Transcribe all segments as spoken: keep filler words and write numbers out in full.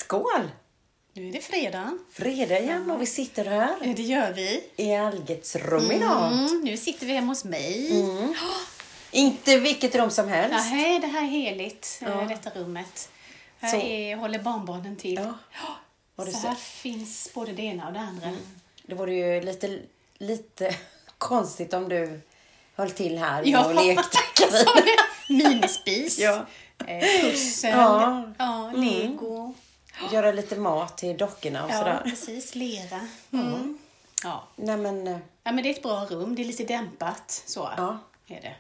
Skål! Nu är det fredag. Fredag igen och vi sitter här. Ja, det gör vi. I Algets rum idag. Mm, nu sitter vi hemma hos mig. Mm. Inte vilket rum som helst. Nej, det här är heligt, Ja. detta rummet. Här Så. är, håller barnbarnen till. Ja. Har du Så sett? här finns både det ena och det andra. Mm. Det vore ju lite, lite konstigt om du höll till här Ja. och lekte. Som en minispis. Ja. Eh, pussel. Ja. Ja, lego. Göra lite mat till dockorna och Ja, sådär. precis. Lera. Mm. Ja. Nej men, eh, Ja, men det är ett bra rum. Det är lite dämpat. Så ja. är det.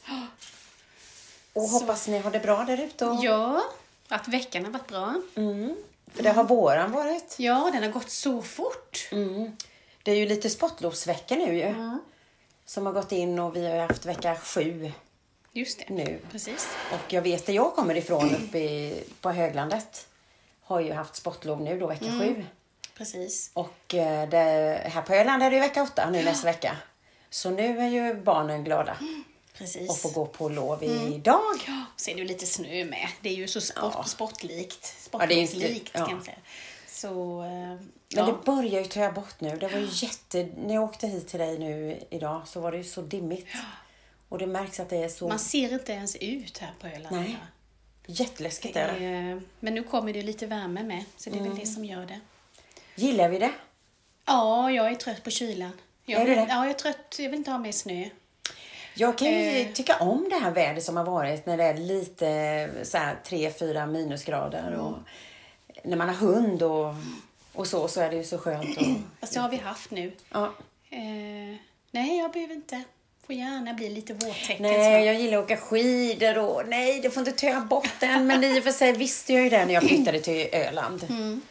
Och Så. hoppas ni har det bra där ute. Och... Ja, att veckan har varit bra. Mm. För det har våran varit. Ja, den har gått så fort. Mm. Det är ju lite sportlovsvecka nu ju. Mm. Som har gått in och vi har ju haft vecka sju Just det. nu. Precis. Och jag vet att jag kommer ifrån uppe i, på Höglandet. Har ju haft sportlov nu då vecka Mm. sju. Precis. Och eh, det, här på Öland är det ju vecka åtta nu nästa vecka. Så nu är ju barnen glada. Precis. Och får gå på lov idag. Ja, så är det ju lite snö med. Det är ju så sport, Ja. sportlikt. Ja, det är inte- Sportlovslikt ja. kan man säga. Så, eh, Men ja. det börjar ju töja bort nu. Det var ju jätte... När jag åkte hit till dig nu idag så var det ju så dimmigt. Och det märks att det är så Man ser inte ens ut här på Öland. Nej. jätteläskigt. Är det. Eh, Men nu kommer det lite värme med. Så det är Mm. väl det som gör det. Gillar vi det? Ja, jag är trött på kylan. Jag Är vill, du det? Ja, jag är trött. Jag vill inte ha mer snö. Jag kan ju Eh. tycka om det här vädret som har varit när det är lite så här tre fyra minusgrader och när man har hund och, och så så är det ju så skönt. Och, Fast det har vi haft nu. ja. Eh, nej, jag behöver inte. Får gärna bli lite vårtecken Nej, snart. jag gillar att åka skidor och nej, det får inte töa bort den. Men i och för sig visste jag ju det när jag flyttade till Öland.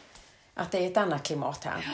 Att det är ett annat klimat här.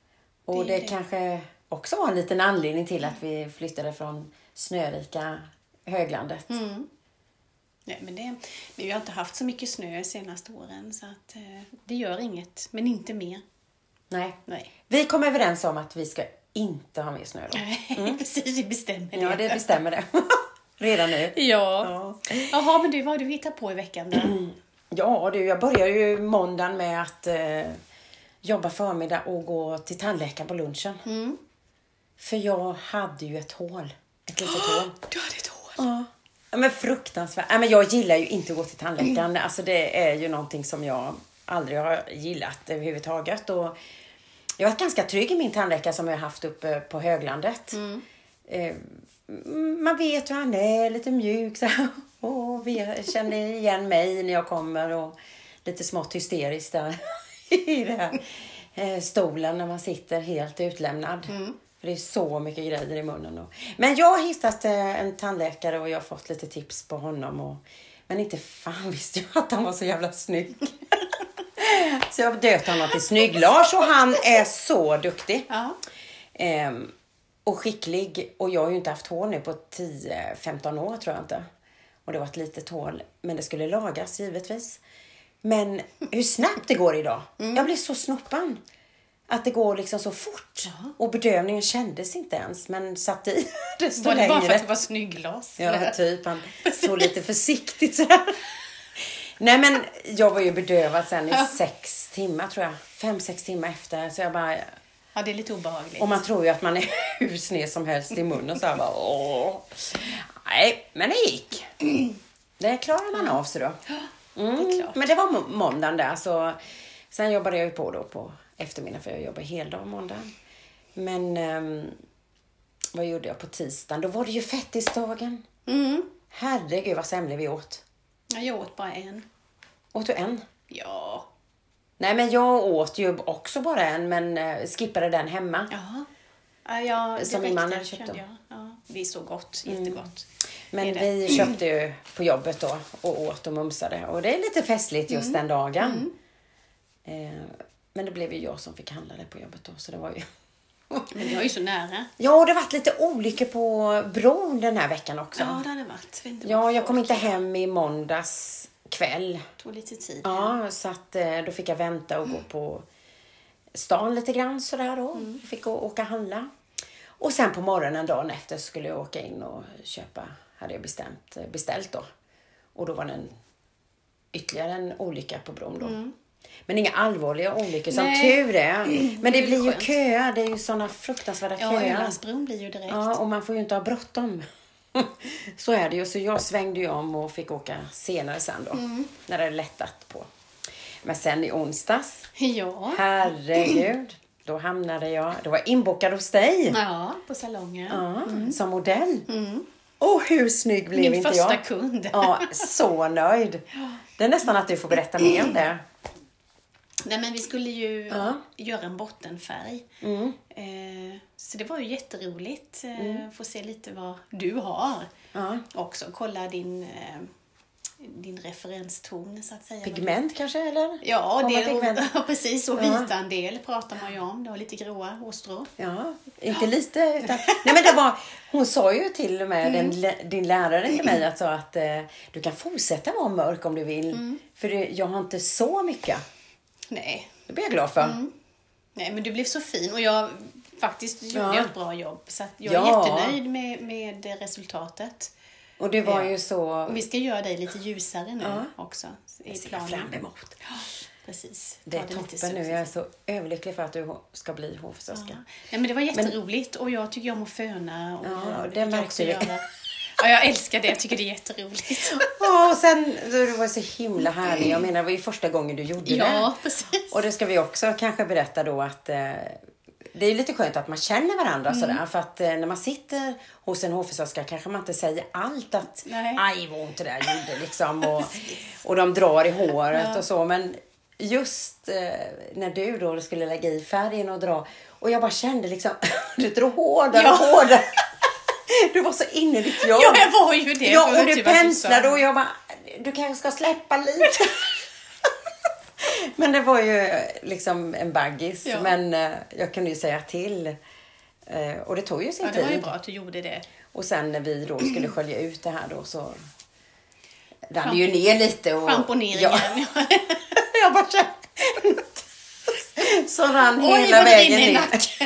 och det det, är det. kanske också var en liten anledning till att vi flyttade från snörika Höglandet. Mm. Nej, men det, men vi har inte haft så mycket snö de senaste åren. Så att, eh, det gör inget. Men inte mer. Nej. Nej. Vi kom överens om att vi ska inte ha mer snö då. Nej, precis. Vi bestämmer det. Ja, det bestämmer det. Redan nu. Ja. Ja. Jaha, men du, vad har du hittat på i veckan då? Ja, du, jag börjar ju måndagen med att eh, jobba förmiddag och gå till tandläkaren på lunchen. Mm. För jag hade ju ett hål. Ett litet hål. Du hade ett hår. Ja. Ja, men fruktansvärt. Ja, men jag gillar ju inte att gå till tandläkaren. Alltså det är ju någonting som jag aldrig har gillat överhuvudtaget. Och jag har varit ganska trygg i min tandläkare som jag har haft uppe på Höglandet. Mm. Eh, man vet hur han är, lite mjuk så här. Och vi känner igen mig när jag kommer och lite smått hysteriskt där i den här eh, stolen när man sitter helt utlämnad. Mm. För det är så mycket grejer i munnen. Och... Men jag har hittat eh, en tandläkare och jag har fått lite tips på honom. Och... Men inte fan visste jag att han var så jävla snygg. Så jag döpte honom till Snygg-Lars och han är så duktig. Ja. Ehm, och skicklig. Och jag har ju inte haft hår nu på tio femton år tror jag inte. Och det var ett litet hål. Men det skulle lagas givetvis. Men hur snabbt det går idag. Mm. Jag blir så snoppen. Att det går liksom så fort. Ja. Och bedövningen kändes inte ens. Men satt i desto Var det bara för längre. att det var snyggglas? Ja, typ. Han tog lite försiktigt sådär. Nej, men jag var ju bedövad sen i Ja. sex timmar tror jag. Fem, sex timmar efter. Så jag bara... Ja, det är lite obehagligt. Och man tror ju att man är hur sned som helst i munnen. Så jag bara, åh. Nej, men det gick. Det klarar man av sig då. Mm. Det är klart. Men det var må- måndagen där. Så, sen jobbade jag ju på då på eftermiddagen. För jag jobbar heldag måndag. Men ehm, vad gjorde jag på tisdagen? Då var det ju fettisdagen. Mm. Herregud vad semlor vi åt. Jag åt bara en. Åt du en? Ja. Nej, men jag åt ju också bara en. Men eh, skippade den hemma. Jaha. Ja, ja, det Som min räckte, man hade köpt kände dem. jag. Ja, det är så gott. Jättegott. Men är det. vi köpte ju på jobbet då och åt och mumsade. Och det är lite festligt just Mm. den dagen. Eh, men det blev ju jag som fick handla det på jobbet då. Så det var ju... Men det var ju så nära. Ja, och det har varit lite olyckor på bron den här veckan också. Ja, det hade varit. Vet inte Ja, vad jag kom folk inte gör. hem i måndags kväll. Det tog lite tid. Ja, så att eh, då fick jag vänta och gå på stan lite grann sådär då. Mm. Jag fick å- åka och handla. Och sen på morgonen dagen efter skulle jag åka in och köpa, hade jag bestämt, beställt då. Och då var det en, ytterligare en olycka på bron då. Mm. Men inga allvarliga olyckor som Nej. tur är. Men det är blir ju skönt. köer. Det är ju sådana fruktansvärda Ja, köer. Ölandsbron blir ju direkt. Ja, och man får ju inte ha bråttom. Så är det ju. Så jag svängde ju om och fick åka senare sen då. Mm. När det är lättat på. Men sen i onsdags. Ja. Herregud. Då hamnade jag. Då var jag inbokad hos dig. Ja, på salongen. Ja, som modell. Och hur snygg blev Min inte första jag? kund. Ja, så nöjd. Det är nästan att du får berätta mer om det. Nej, men vi skulle ju Ja. göra en bottenfärg. Mm. Eh, så det var ju jätteroligt. Eh, Få se lite vad du har. Ja. Också kolla din, eh, din referenston så att säga. Pigment kanske, eller? Ja, Har det man pigment? är precis. Och Ja. vitandel pratar man ju om. Det var lite gråa hårstrå. Ja, inte lite. Utan, nej, men det var, hon sa ju till och med, Mm. den, din lärare till mig, att, så att eh, du kan fortsätta vara mörk om du vill. Mm. För det, jag har inte så mycket. Nej. Det blir jag glad för. Mm. Nej, men du blev så fin. Och jag faktiskt gjorde Ja. jag ett bra jobb. Så att jag är Ja. jättenöjd med, med resultatet. Och det var Ja. ju så... Och vi ska göra dig lite ljusare nu Ja. också. I Jag ser planen. fram emot. Precis. Det är Ta lite toppen nu. Jag är successivt. så överlycklig för att du ska bli Ja. hårfrisörska. Nej, men det var jätteroligt. Och jag tycker om att föna. Och Ja, jag- det vill jag märkte också vi. göra. Ja, jag älskar det. Jag tycker det är jätteroligt. Ja, och sen, det var så himla härligt. Jag menar, det var ju första gången du gjorde det. Ja, precis. Och det ska vi också kanske berätta då att eh, det är lite skönt att man känner varandra Mm. sådär. För att eh, när man sitter hos en hårfrisörska kanske man inte säger allt att Nej. aj vad ont det där gjorde liksom. Och, och de drar i håret Ja. och så. Men just eh, när du då skulle lägga i färgen och dra. Och jag bara kände liksom, du drog hårdare och Ja. hårdare. Du var så inne i ditt jobb. Ja, jag var ju det. Ja, Det var och du typ att penslade sa- och jag bara, du kanske ska släppa lite. Men det var ju liksom en baggis. Ja. Men eh, jag kunde ju säga till. Eh, och det tog ju sin Ja, det tid. var ju bra att du gjorde det. Och sen när vi då skulle skölja ut det här då så rann ju ner lite. Och, Schamponeringen. Ja. Jag bara kände. Så rann Oj, hela vad det vägen rinner i ner. nacken.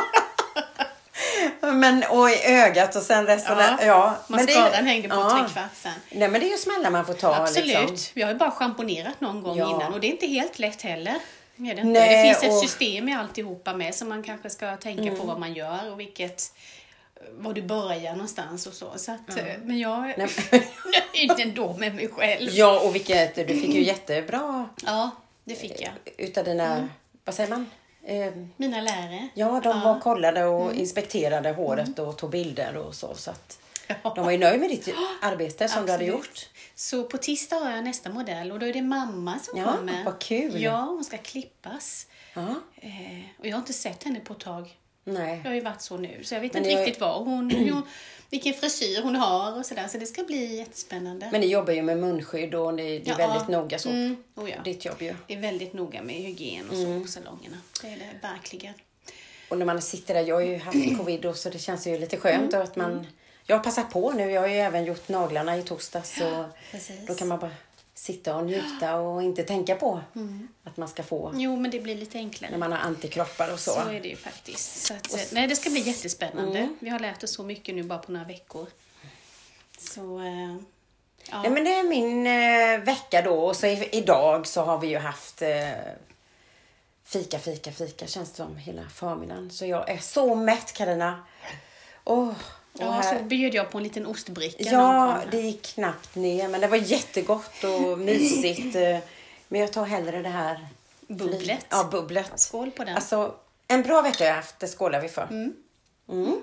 Men, och i ögat och sen resten. Ja, Ja, men det är- mascaran hängde på ja. trekvart sen. Nej, men det är ju smällar man får ta. Absolut. Liksom. Vi har ju bara schamponerat någon gång Ja. innan och det är inte helt lätt heller. Är det, inte? Nej, det finns ett och- system i alltihopa med som man kanske ska tänka Mm. på vad man gör och vilket var du börjar någonstans och så. så att, Men jag är nöjd ändå med mig själv. Ja, och vilket, du fick ju jättebra Ja, det fick jag. utav dina, Mm. vad säger man? Eh, Mina lärare. ja, de var kollade och Mm. inspekterade håret och tog bilder och så. Så att Ja. de var ju nöjda med ditt arbete som du hade Absolut. gjort. Så på tisdag har jag nästa modell och då är det mamma som Ja, kommer. vad kul. Ja, hon ska klippas. Ja, Eh, och jag har inte sett henne på ett tag. nej. Det har ju varit så nu. Så jag vet Men inte jag- riktigt vad hon, hon, vilken frisyr hon har och sådär. Så det ska bli jättespännande. Men ni jobbar ju med munskydd och det, det är Ja. väldigt noga så. Mm, oh ja. Ditt jobb ju. Det är väldigt noga med hygien och så Mm. på salongerna. Det är det verkligen. Och när man sitter där, jag har ju haft covid då, så det känns ju lite skönt Mm. och att man, jag har passat på nu, jag har ju även gjort naglarna i torsdags så precis. då kan man bara sitta och njuta och inte tänka på Mm. att man ska få Jo, men det blir lite enklare. när man har antikroppar och så. Så är det ju faktiskt. Så att, eh, nej, det ska bli jättespännande. Mm. Vi har lärt oss så mycket nu bara på några veckor. Så, eh, ja. Ja, men det är min eh, vecka då och så i, idag så har vi ju haft eh, fika, fika, fika känns det som hela förmiddagen. Så jag är så mätt, Carina. Åh, och ja, här- så bjöd jag på en liten ostbricka. någon Ja, gång. det gick knappt ner, men det var jättegott och mysigt. eh, Men jag tar hellre det här Bubblet. Ja, bubblet. Skål på den. Alltså, en bra vecka har jag haft, det skålar vi för. Mm. Mm.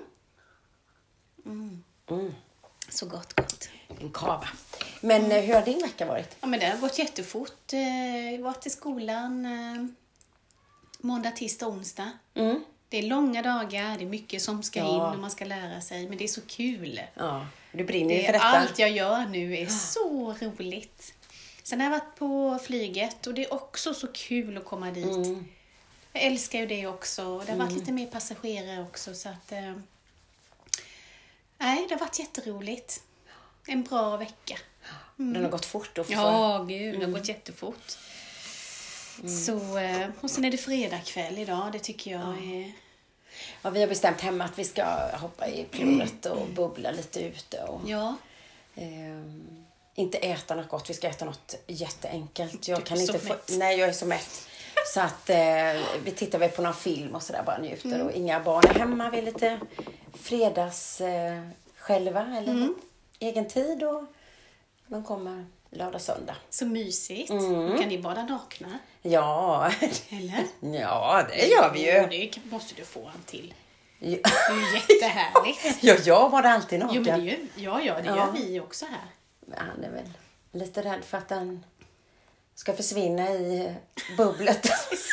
Mm. Så gott, gott. En kava. Men eh, hur har din vecka varit? Ja, men det har gått jättefort. Eh, varit i skolan eh, måndag, tisdag, onsdag. Mm. Det är långa dagar, det är mycket som ska Ja. in och man ska lära sig. Men det är så kul. Ja, du brinner ju Det för är detta. allt jag gör nu är så roligt. Sen har jag varit på flyget och det är också så kul att komma dit. Mm. Jag älskar ju det också. Det har varit lite mer passagerare också. Så att, eh, nej, det har varit jätteroligt. En bra vecka. Den har gått fort. Och Ja, gud, det har gått jättefort. Så, eh, och sen är det fredag kväll idag. Det tycker jag är... Ja, vi har bestämt hemma att vi ska hoppa i ploret och bubbla lite ute. Och, Ja, ehm, inte äta något gott. Vi ska äta något jätteenkelt. Jag Du kan är inte så få, mätt. nej, jag är så mätt. Så att eh, vi tittar väl på någon film och sådär, bara njuter. Mm. Och inga barn är hemma. Vi är lite fredags eh, själva eller mm. egen tid. Och man kommer lördag, söndag. Så mysigt. Mm. Kan ni bada nakna? Ja. Eller? Ja, det gör vi ju. Ja, det måste du få han till. Ja. Det är ju jättehärligt. Ja, jag var alltid naken. Jo, men det gör, ja, ja, det ja. gör vi också här. Men han är väl lite rädd för att den ska försvinna i bubblet.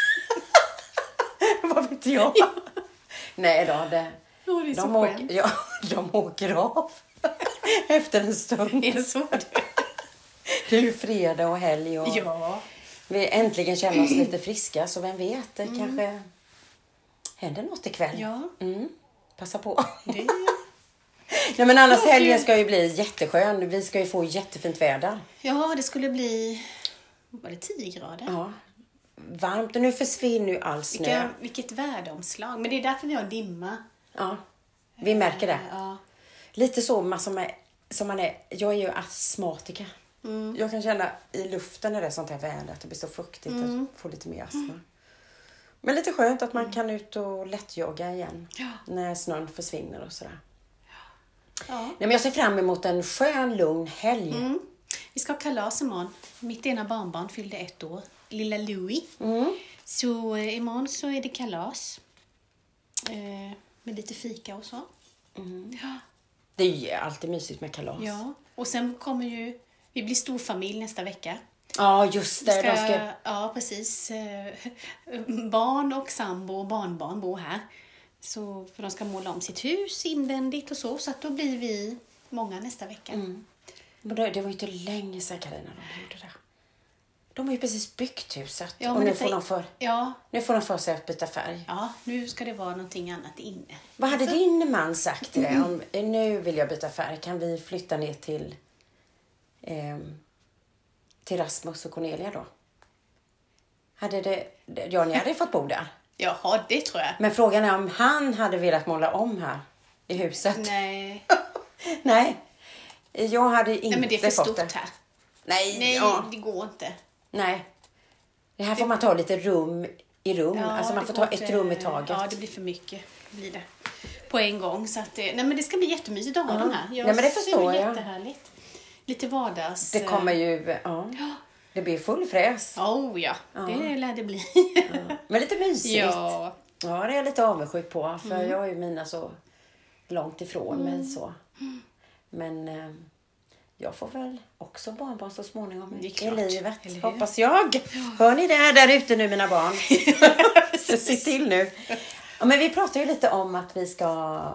Vad vet jag? Ja. Nej då, det, oh, det är de, så åker, ja, de åker av efter en stund. Är det så? Det är ju fredag och helg och ja. vi äntligen känner oss lite friska, så vem vet, det mm. kanske händer något ikväll. Ja. Mm. Passa på. Det... Nej, men annars helgen ska ju bli jätteskön. Vi ska ju få jättefint väder. Ja, det skulle bli, var det tio grader? Ja. Varmt, och nu försvinner ju all snö. Vilka, vilket värdeomslag. Men det är därför vi har dimma. Ja, vi märker det. Ja. Lite så man som, är, som man är. Jag är ju astmatiker. Mm. Jag kan känna i luften när det är sånt här väder att det blir så fuktigt mm. att få lite mer astma. Mm. Men lite skönt att man mm. kan ut och lättjogga igen. Ja. När snön försvinner och sådär. Ja. Nej, men jag ser fram emot en skön, lugn helg. Mm. Vi ska ha kalas imorgon. Mitt ena barnbarn fyllde ett år. Lilla Louis. Mm. Så eh, imorgon så är det kalas. Eh, med lite fika och så. Mm. Ja. Det är ju alltid mysigt med kalas. Ja. Och sen kommer ju... Vi blir storfamilj nästa vecka. Ja, just det. Ska, de ska... Ja, precis. Barn och sambo och barnbarn bor här. Så för de ska måla om sitt hus invändigt och så. Så att då blir vi många nästa vecka. Mm. Men det, det var ju inte länge sedan, Carina, de gjorde det. De har ju precis byggt huset. Ja, och nu, detta... får de för... ja. nu får de för sig att byta färg. Ja, nu ska det vara någonting annat inne. Vad hade din man sagt till dig? Om, nu vill jag byta färg. Kan vi flytta ner till... Eh, till Rasmus och Cornelia då? Hade det... Ja, ni hade fått bo där. Jaha, det tror jag. Men frågan är om han hade velat måla om här i huset. Nej. Nej. Jag hade inte fått det. Nej, men det är för stort det. Här. Nej, Nej ja. det går inte. Nej. Det här får man ta lite rum i rum. Ja, alltså man får ta ett rum i taget. Ja, det blir för mycket. Blir det. På en gång. Så att, nej, men det ska bli jättemysigt att ha ja. de här. Jag nej, men det förstår jag. Jättehärligt. Lite vardags... Det kommer ju... Ja. Det blir full fräs. Oh ja, ja. Det lär det bli. Ja. Men lite mysigt. Ja. Ja, det är jag lite avundsjuk på. För mm. jag är ju mina så långt ifrån mm. mig så. Men eh, jag får väl också barnbarn så småningom i livet. Hoppas jag. Ja. Hör ni det där ute nu, mina barn? Så se till nu. Ja, men vi pratar ju lite om att vi ska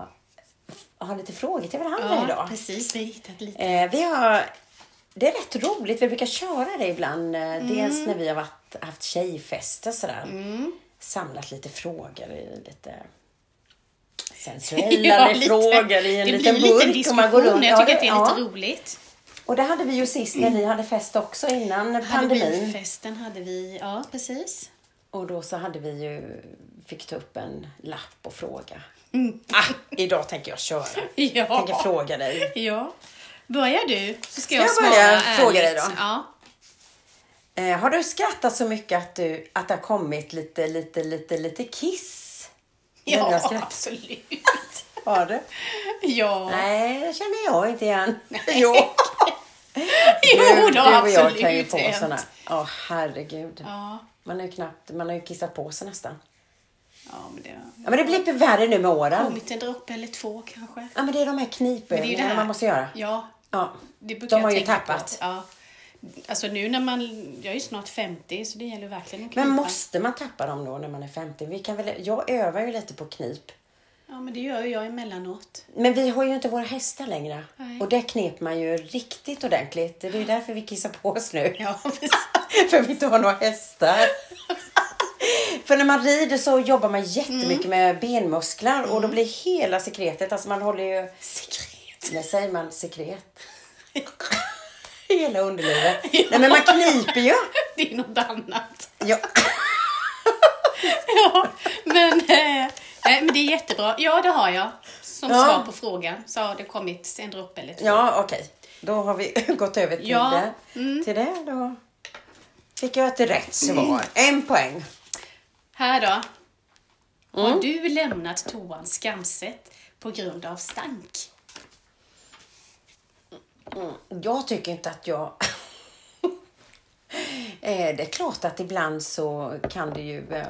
ha lite frågor till varandra ja, idag. Precis, vi har hittat lite. Eh, vi har... Det är rätt roligt. Vi brukar köra det ibland. Mm. Dels när vi har varit, haft tjejfester sådär. Mm. Samlat lite frågor i lite sensuella ja, lite, frågor i en liten burk. Det blir lite man går runt. Jag tycker ja, det, att det är lite ja. roligt. Och det hade vi ju sist när ni hade fest också innan pandemin. Halloweenfesten hade vi, ja precis. Och då så hade vi ju, fick ta upp en lapp och fråga. Mm. Ah, idag tänker jag köra. Ja. Jag tänker fråga dig. Ja. Börjar du så ska, ska jag, jag svara börja fråga dig då. Ja. Eh, har du skrattat så mycket att, du, att det har kommit lite, lite, lite, lite kiss? Ja, absolut. Har du? Ja. Nej, det känner jag inte igen. Jo. Jo, då du och jag absolut kan ju få såna. Åh, oh, herregud. Ja. Man har ju knappt, man har ju kissat på sig nästan. Ja, men det, ja, men det blir lite värre nu med åren. Kommit en droppe eller två kanske. Ja, men det är de här knipövningarna man måste göra. Ja. Ja. Det de har ju tappat. Ja. Alltså nu när man, jag är ju snart femtio så det gäller verkligen att knipa. Men måste man tappa dem då när man är femtio? Vi kan väl, jag övar ju lite på knip. Ja, men det gör ju jag emellanåt. Men vi har ju inte våra hästar längre. Nej. Och det knep man ju riktigt ordentligt. Det är ju därför vi kissar på oss nu. Ja, precis. För vi inte har några hästar. För när man rider så jobbar man jättemycket mm. med benmuskler. Mm. Och då blir hela sekretet, alltså man håller ju... Sekret? När säger man sekret? Hela underlivet. Ja. Nej, men man kniper ju. Det är något annat. Ja. Ja, men, eh, men det är jättebra. Ja, det har jag. Som ja. svar på frågan så har det kommit en droppe eller två. Ja, okej. Okay. Då har vi gått över till, Ja. det. Mm. till det. Då fick jag ett rätt svar. En poäng. Här då. Har Mm. du lämnat toan skamset på grund av stank? Mm. Jag tycker inte att jag... eh, det är klart att ibland så kan det ju eh,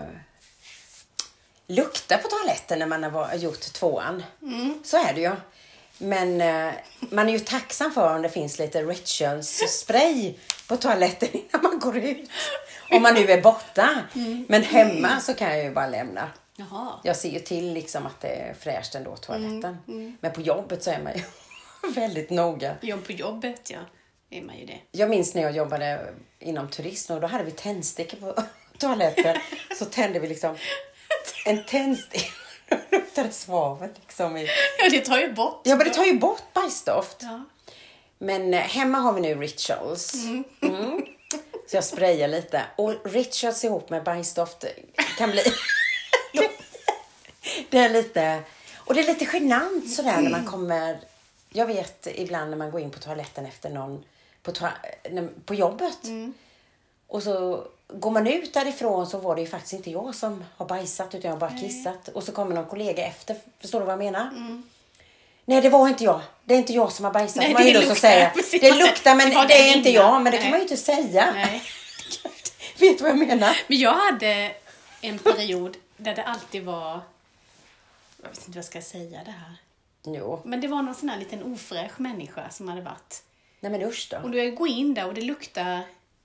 lukta på toaletten när man har gjort tvåan. Mm. Så är det ju. Men eh, man är ju tacksam för om det finns lite Rituals spray på toaletten innan man går ut. Om man nu är borta. Mm. Men hemma så kan jag ju bara lämna. Jaha. Jag ser ju till liksom att det är fräscht ändå, toaletten. Mm. Mm. Men på jobbet så är man ju väldigt noga. Jobb på jobbet, ja. Är man ju det. Jag minns när jag jobbade inom turism och då hade vi tändstickor på toaletten. Så tände vi liksom en tändsticka. Då luktade svavel liksom i... Ja, det tar ju bort. Ja, men det tar ju bort bajsdoft. Ja. Men eh, hemma har vi nu Rituals. Mm. Mm. Så jag sprayar lite. Och Rituals ihop med bajsdoft kan bli... det är lite... Och det är lite genant sådär när man kommer... Jag vet ibland när man går in på toaletten efter någon... På, to- på jobbet. Mm. Och så går man ut därifrån så var det ju faktiskt inte jag som har bajsat utan jag har bara Nej. kissat. Och så kommer någon kollega efter. Förstår du vad jag menar? Mm. Nej, det var inte jag. Det är inte jag som har bajsat. Nej, man det, luktar, säga. det luktar men det, det är inte jag. Men det Nej. kan man ju inte säga. Nej. Vet du vad jag menar? Men jag hade en period där det alltid var... Jag vet inte vad jag ska säga det här. Jo. Men det var någon sån här liten ofräsch människa som hade varit. Nej men usch då. Och då går in där och det luktar...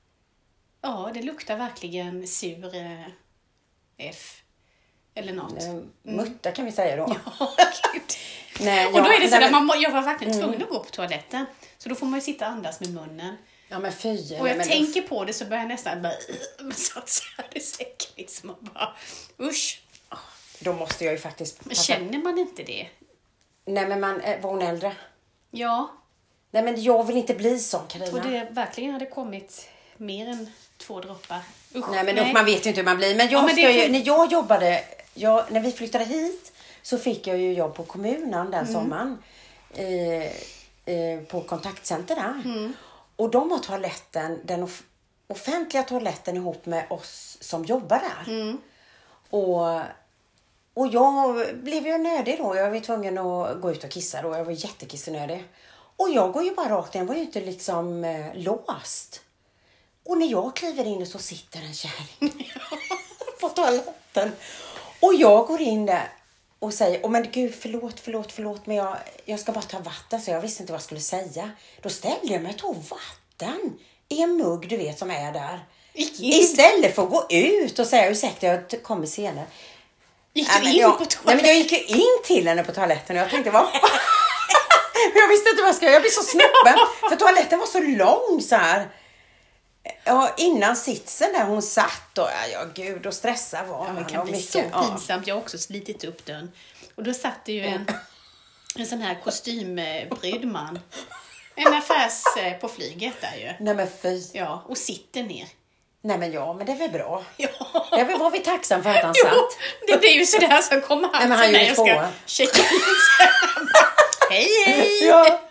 Ja, det luktar verkligen sur eh, F. Eller något. Mm. Mutta kan vi säga då. Ja, gud. Nej, och då är det så där, man må, jag var verkligen tvungen mm. att gå på toaletten. Så då får man ju sitta och andas med munnen. Ja, men fy. Och jag men tänker då... på det så börjar jag nästan bara... Så att det är så äckligt som man bara... Usch. Då måste jag ju faktiskt... Men känner man inte det? Nej, men man, var hon äldre? Ja. Nej, men jag vill inte bli sån, Carina. Och det verkligen hade kommit mer än två droppar. Usch, nej, men nej. Man vet ju inte hur man blir. Men, jag ja, men det... ju, när jag jobbade... Jag, när vi flyttade hit så fick jag ju jobb på kommunen den mm. sommaren. Eh, eh, på kontaktcenter där. Mm. Och de har toaletten, den off- offentliga toaletten ihop med oss som jobbar där. Mm. Och, och jag blev ju nödig då. Jag var tvungen att gå ut och kissa då. Jag var jättekissenödig. Och jag går ju bara rakt in. Den var ju inte liksom eh, låst. Och när jag kliver in så sitter en kärring på toaletten. Och jag går in där och säger, åh men gud förlåt, förlåt, förlåt. Men jag, jag ska bara ta vatten så jag visste inte vad jag skulle säga. Då ställde jag mig och tog vatten i en mugg du vet som är där. Istället för att gå ut och säga ursäkta jag kommer senare. Gick du nej, in jag, på toaletten? Nej men jag gick ju in till henne på toaletten och jag tänkte vad jag visste inte vad jag skulle göra. Jag blev så snoppen. För toaletten var så lång så här. Ja, innan sitsen där hon satt och ja, ja gud och stressad var ja, det kan bli mycket, så pinsamt. Jag har också slitit upp den. Och då satt det ju en, en sån här kostymbrydd man. En affärs på flyget där ju. Nej men fy. Ja, och sitter ner. Nej men ja, men det är väl bra. Ja. Det var vi tacksam för att han satt. Jo, det är ju sådär som kommer han, Nej, han till mig och ska checka in. Hej, hej! Ja.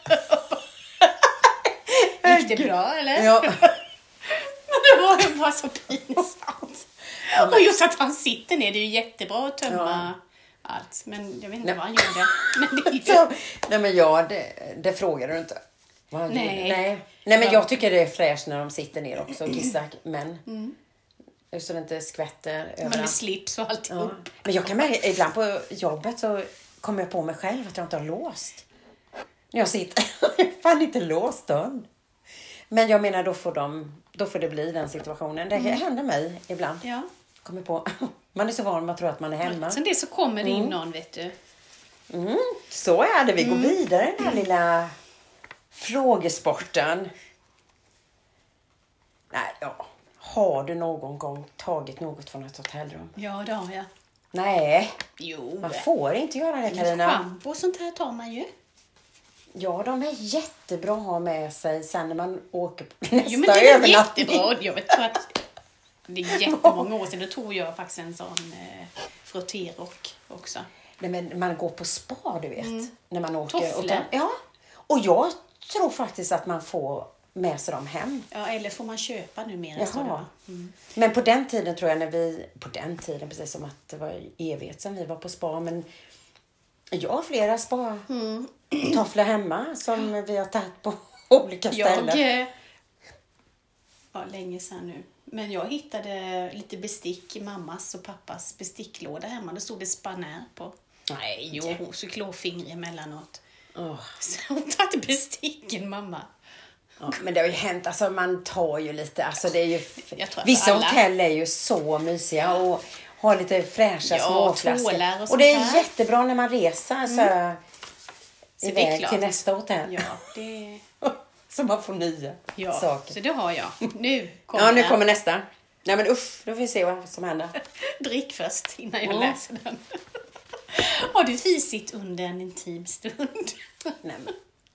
Gick det bra eller? Ja. Det var ju bara så pinsamt. Ja, men... Och just att han sitter ner, det är ju jättebra att tömma ja. allt. Men jag vet inte nej. vad han gjorde. Men det är ju... så, nej men ja, det, det frågar du inte. Vad han nej. Gjorde. Nej. Nej men ja. jag tycker det är fräscht när de sitter ner också och kissar män. Mm. Så det inte skvätter överallt. Men med slips och alltihop. Ja. Men jag kan märka, ibland på jobbet så kommer jag på mig själv att jag inte har låst. När jag sitter, jag har fan inte låst dörren. Men jag menar då får, de, då får det bli den situationen. Det mm. händer mig ibland. Ja. Kommer på. Man är så van med att tro att man är hemma. Sen det så kommer det in mm. någon vet du. Mm. Så är det. Vi går mm. vidare den här lilla frågesporten. Nej, ja. Har du någon gång tagit något från ett hotellrum? Ja, det har jag. Nej. Jo. Man får inte göra det, Carina. Shampoo och sånt här tar man ju. Ja, de är jättebra att ha med sig sen när man åker på nästa jo, men det är övernattning. Jättebra. Jag vet att det är jättemånga år sedan. Då tog jag faktiskt en sån eh, frottérock också. Nej, men man går på spa, du vet. Mm. När man åker. Tofflor. Ja. Och jag tror faktiskt att man får med sig dem hem. Ja, eller får man köpa numera? Står det, Jaha. va? Mm. Men på den tiden tror jag när vi... På den tiden, precis som att det var evigt sedan vi var på spa. Men jag har flera spa-tofflor hemma som vi har tagit på olika ställen. Jag... Ja, länge sedan nu. Men jag hittade lite bestick i mammas och pappas besticklåda hemma. Det stod det Spanär på. Nej. Jo, hon så klåfingrig emellanåt. Oh. Så hon tagit besticken, mamma. Ja, men det har ju hänt, alltså man tar ju lite, alltså det är ju, Jag tror att vissa alla- hotell är ju så mysiga och har lite fräscha Ja, småflaskor. tvålar och Och, sånt det är där. jättebra när man reser så här, Så det är iväg klart. till nästa hotell. Ja, det... Så man får nya Ja, saker. så det har jag. Nu kommer, Ja, nu den. kommer nästa. Nej men usch, då får vi se vad som händer. Drick först innan jag Mm. läser den. Har du fisit under en intim stund? Nej, men.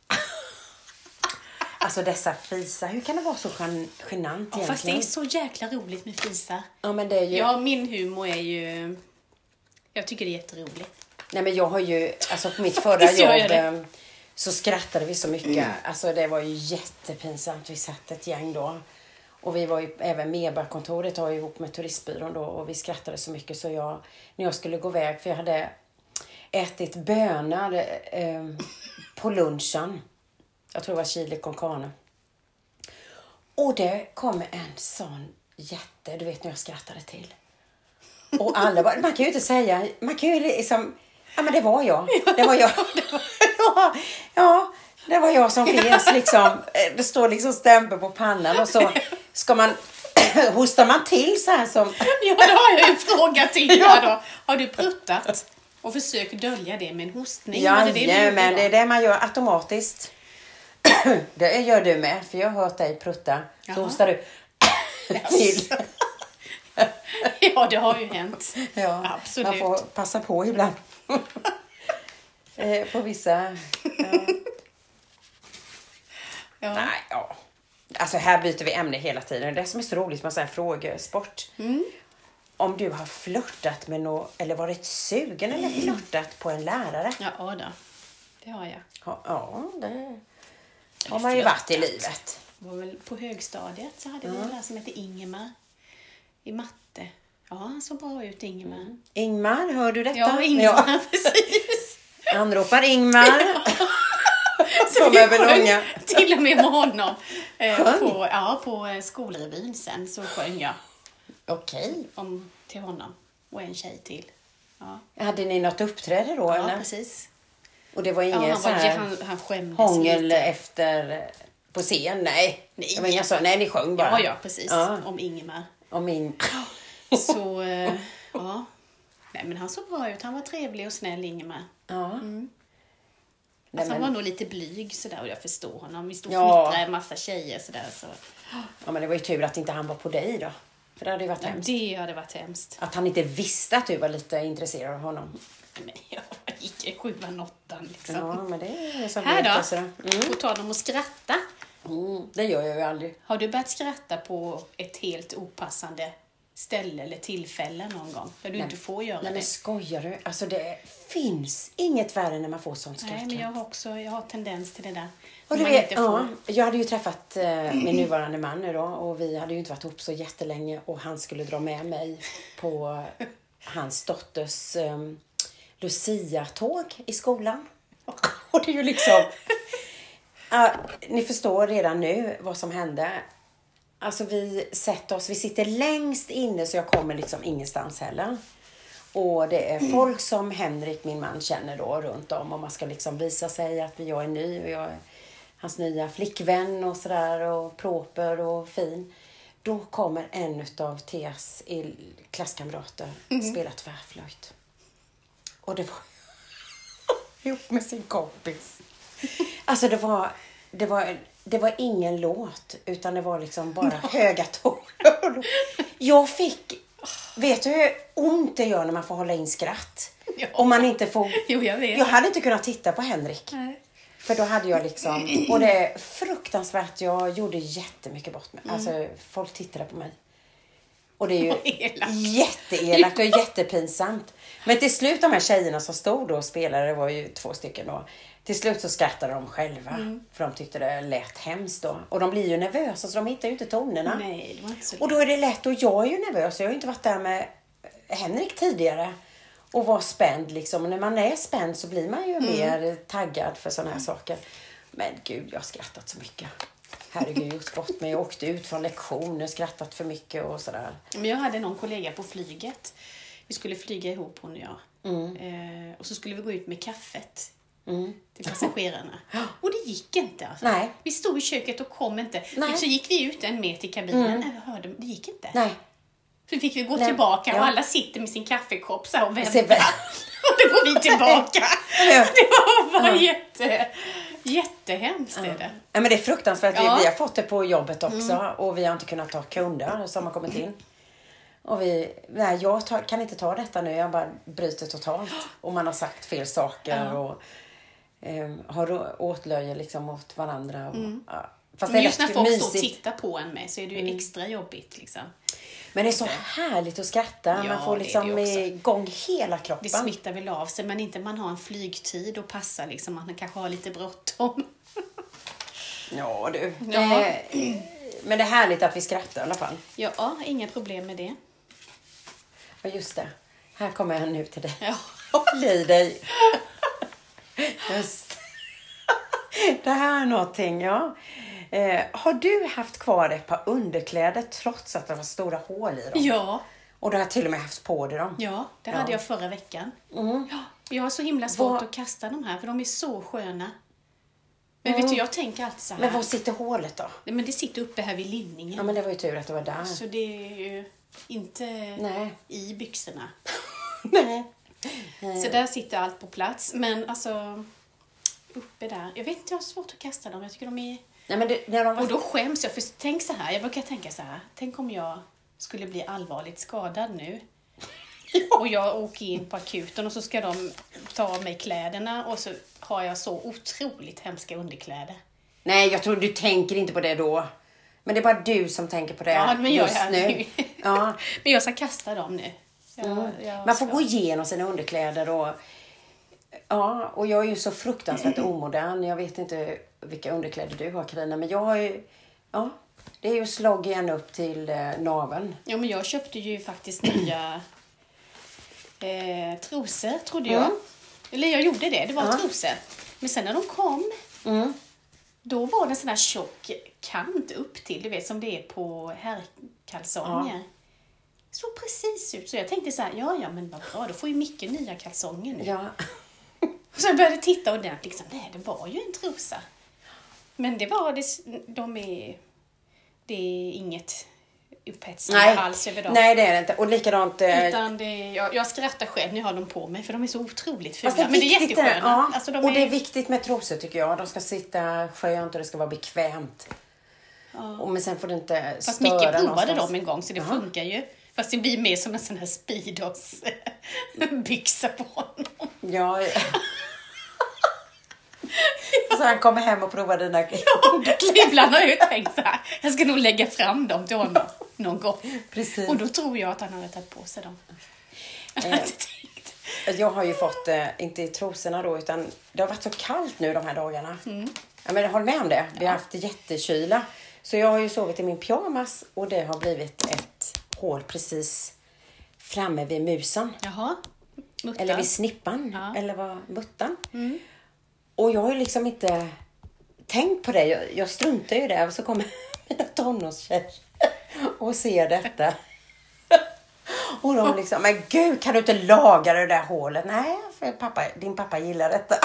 Alltså dessa fisar, hur kan det vara så gen- genant Ja, fast det egentligen? är så jäkla roligt med fisar. Ja, men det är ju... Ja, min humor är ju... Jag tycker det är jätteroligt. Nej men jag har ju, alltså på mitt förra Så jag gör jobb det. eh, så skrattade vi så mycket. Alltså det var ju jättepinsamt. Vi satt ett gäng då. Och vi var ju, även Medborgarkontoret har ju ihop med turistbyrån då. Och vi skrattade så mycket så jag, när jag skulle gå iväg, för jag hade ätit bönor eh, på lunchen. Jag tror det var chili con carne. Och det kom en sån jätte, du vet när jag skrattade till. Och alla bara, man kan ju inte säga, man kan ju liksom, ja men det var jag. Det var jag. Ja, ja, det var jag som finns liksom. Det står liksom stämpel på pannan och så ska man, hostar man till så här som... Ja, då har jag en fråga till Ja. här då. Har du pruttat och försökt dölja det med en hostning? Var Ja, det det du ja gjorde men då? det är det man gör automatiskt. Det gör du med, för jag har hört dig prutta. Så Jaha. hostar du till. Ja, det har ju hänt. Ja, Absolut. man får passa på ibland. Eh, på vissa... Ja. Ja. Nej, ja. Alltså här byter vi ämne hela tiden. Det är som är så roligt med sån här frågesport. Mm. Om du har flörtat med någon, eller varit sugen eller flörtat på en lärare. Ja, då. Det har jag. Ja, ja det har man ju varit i livet. Det var väl på högstadiet så hade vi en lärare som hette Ingemar i matte. Ja, han såg bra ut, Ingemar. Ingmar, hör du detta? Ja, Ingemar, precis. Anropar Ingmar. Så Som vi över sjöng långa. till och med med honom. Eh, Sjöng? på, ja, på eh, skolrevyn sen så sjöng jag Okej. om, till honom och en tjej till. Ja, Hade ni något uppträde då? ja eller? precis. Och det var Ja, ingen han, så var, här han, han skämdes hångel lite. efter på scen? Nej. Nej. Det var inga så. Nej, ni sjöng bara. Ja, ja, precis. Ja. Om Ingemar. Om min... Så, eh, ja. Nej, men han såg bra ut. Han var trevlig och snäll, Ingemar. Ja. Mm. Nej, Alltså, men... han var nog lite blyg sådär och jag förstår honom. Vi stod och Ja. fnittrade en massa tjejer sådär. Så. Ja, men det var ju tur att inte han var på dig då. För det hade ju varit Ja, hemskt. det hade varit hemskt. Att han inte visste att du var lite intresserad av honom. Men jag gick i sjuan, åttan liksom. Ja, men det är som Här det är, då, sådär. på tal om att skratta. Mm, det gör jag ju aldrig. Har du börjat skratta på ett helt opassande ställe eller tillfälle någon gång? Där du inte får göra Nej, det? men skojar du? Alltså det finns inget värre när man får sånt skratt. Nej, men jag har också jag har tendens till det där. Och När du man vet, inte ja, får. jag hade ju träffat eh, min nuvarande man nu då. Och vi hade ju inte varit ihop så jättelänge. Och han skulle dra med mig på hans dotters eh, Lucia-tåg i skolan. Och det är ju liksom... Ja, ni förstår redan nu vad som hände. Alltså vi sätter oss, vi sitter längst inne så jag kommer liksom ingenstans heller. Och det är folk som Henrik, min man, känner då runt om. Och man ska liksom visa sig att jag är ny och jag är hans nya flickvän och sådär. Och proper och fin. Då kommer en av Theas klasskamrater spela tvärflöjt. Och det var ihop med sin kompis. Alltså det var, det var, det var ingen låt utan det var liksom bara höga toner. Jag fick, vet du hur ont det gör när man får hålla in skratt? Ja. Om man inte får. Jo, jag vet. Jag hade inte kunnat titta på Henrik. Nej. För då hade jag liksom, och det är fruktansvärt, jag gjorde jättemycket bort mig. Alltså folk tittade på mig. Och det är ju Vad elakt. jätteelakt och jättepinsamt. Men till slut, de här tjejerna som stod då och spelade, det var ju två stycken då. Till slut så skrattade de själva. Mm. För de tyckte det lät hemskt då. Och de blir ju nervösa så de hittar ju inte tonerna. Nej, det var inte så lätt. Och då är det lätt, och jag är ju nervös. Jag har ju inte varit där med Henrik tidigare. Och var spänd liksom. Och när man är spänd så blir man ju mm. mer taggad för sådana här saker. Men gud, jag har skrattat så mycket. Herregud, gjort bort mig. Jag åkte ut från lektioner, skrattat för mycket och sådär. Men jag hade någon kollega på flyget. Vi skulle flyga ihop, hon och jag. Mm. Eh, och så skulle vi gå ut med kaffet mm. till passagerarna. Och det gick inte. Alltså. Nej. Vi stod i köket och kom inte. Nej. Så gick vi ut en meter till kabinen. Mm. Nej, jag hörde, det gick inte. Nej. Så fick vi gå Nej. tillbaka Ja. och alla sitter med sin kaffekopp så här och väntar. Se- Och då går vi tillbaka. Ja. Det var bara Ja. jätte, jättehemskt. Ja. Är det. Ja, men det är fruktansvärt. Ja. Vi har fått det på jobbet också. Mm. Och vi har inte kunnat ta kunder som har kommit in. Och vi, nej, jag tar, kan inte ta detta nu. Jag bara bryter totalt. Och man har sagt fel saker. Ja. Och eh, har åtlöje liksom mot varandra. Och, Mm. ja. Fast Men det är just när rätt folk mysigt. står och tittar på en med så är det ju Mm. extra jobbigt. Liksom. Men det är så härligt att skratta. Ja, man får det är liksom det också. igång hela kroppen. Det smittar väl av sig, men inte man har en flygtid och passar liksom att man kanske har lite bråttom. Ja, du. Ja. Det, men det är härligt att vi skrattar i alla fall. Ja, inga problem med det. Ja, just det. Här kommer jag nu till dig. Ja. Håll i dig. Just. Det här är någonting, ja. Eh, har du haft kvar ett par underkläder trots att det var stora hål i dem? Ja, Och du har till och med haft på dig dem? ja det Ja. hade jag förra veckan. Mm. Ja, jag har så himla svårt Vad- att kasta de här, för de är så sköna. Men Mm. vet du, jag tänker alltid så här. Men var sitter hålet då? Nej, men det sitter uppe här vid linningen. Ja, men det var ju tur att det var där. Så det är ju inte Nej. i byxorna. Nej. Så där sitter allt på plats. Men alltså, uppe där. Jag vet inte, jag har svårt att kasta dem. Jag tycker de är... Nej, men det, när de var... Och då skäms jag. För tänk så här, jag brukar tänka så här. Tänk om jag skulle bli allvarligt skadad nu. Och jag åker in på akuten och så ska de ta av mig kläderna. Och så har jag så otroligt hemska underkläder. Nej, jag tror du tänker inte på det då. Men det är bara du som tänker på det Ja, men jag, just jag, nu. Ja. Men jag ska kasta dem nu. Jag, Mm. jag Man får ska- gå igenom sina underkläder och... Ja, och jag är ju så fruktansvärt omodern. Jag vet inte vilka underkläder du har, Carina, men jag har ju... Ja, det är ju slagg igen upp till eh, naveln. Ja, men jag köpte ju faktiskt nya eh, trosor, trodde jag. Mm. Eller jag gjorde det, det var Ja. trosor. Men sen när de kom, Mm. då var det en sån här tjock kant upp till, du vet, som det är på herrkalsonger. Så precis ut. Så jag tänkte så här, ja, ja, men vad bra, då får ju mycket nya kalsonger nu. Ja. Och så jag började titta ordentligt, liksom, nej, det var ju en trosa. Men det var, det, de är, det är inget upphetsande Nej. alls över dem. Nej, det är det inte. Och likadant... Eh, Utan det, jag, jag skrattar själv när jag har dem på mig, för de är så otroligt fula. Fast det är Men det är viktigt, jättesköna. ja. Alltså, de och är, det är viktigt med trosor tycker jag. De ska sitta skönt och det ska vara bekvämt. ja. Och, men sen får det inte Fast störa Micke provade någonstans. dem en gång, så det Jaha. funkar ju. Fast det blir mer som en sån här Speedos byxa på honom. Ja. Så han kommer hem och provar dina... Så ibland har jag ju tänkt så här, jag ska nog lägga fram dem till honom någon gång. Precis. Och då tror jag att han hade tagit på sig dem. Jag hade Eh. inte tänkt. Jag har ju fått, eh, inte i trosorna då, utan det har varit så kallt nu de här dagarna. Mm. Ja, men håll med om det. Vi har haft jättekyla. Så jag har ju sovit i min pyjamas och det har blivit ett hål precis framme vid musen. Jaha. Mutta. Eller vid snippan. Ja. Eller vad, muttan. Mm. Och jag har ju liksom inte tänkt på det. Jag, jag struntar ju där och så kommer mina tonårstjejer och ser detta. Och de liksom, men gud, kan du inte laga det där hålet? Nej, för pappa, din pappa gillar detta.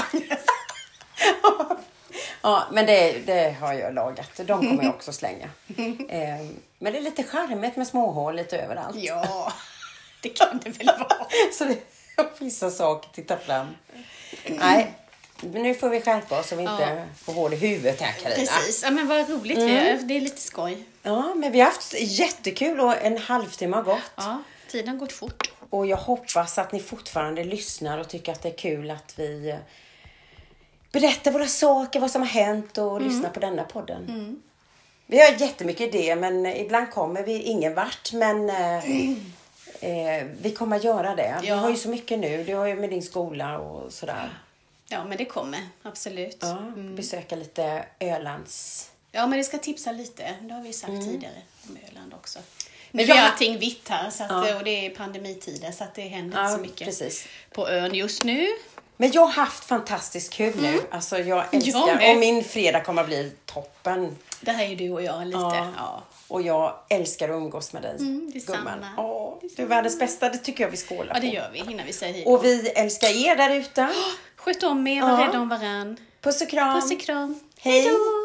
Ja, men det, det har jag lagat. De kommer jag också slänga. Eh, men det är lite charmigt med småhål lite överallt. Ja, det kan det väl vara. Så det är vissa saker att titta fram. Nej, men nu får vi skärpa oss så vi inte Ja. får hål i huvudet här, Carina. Precis, ja, men vad roligt. Mm. Det är lite skoj. Ja, men vi har haft jättekul och en halvtimme har gått. Ja, tiden har gått fort. Och jag hoppas att ni fortfarande lyssnar och tycker att det är kul att vi berättar våra saker, vad som har hänt och lyssnar på denna podden. Mm. Vi har jättemycket idéer men ibland kommer vi ingen vart. Men eh, eh, vi kommer att göra det. Ja. Vi har ju så mycket nu. Du har ju med din skola och sådär. Ja, men det kommer. Absolut. Ja, mm. Besöka lite Ölands... Ja, men det ska tipsa lite. Det har vi sagt mm. tidigare om Öland också. Men nu är jag... allting vitt här så att, ja. och det är pandemitider så att det händer ja, inte så mycket precis. på ön just nu. Men jag har haft fantastiskt kul mm. nu. Alltså jag älskar. Jag och min fredag kommer att bli toppen. Det här är ju du och jag lite. Ja. Ja. Och jag älskar att umgås med dig. Mm, gumman. Åh, du är världens bästa. Det tycker jag vi skålar på. Ja, det gör vi innan vi säger hej. Och vi älskar er där ute. Sköt om er, var ja. rädda om varann. Puss och kram. Puss och kram. Hej. Hejdå.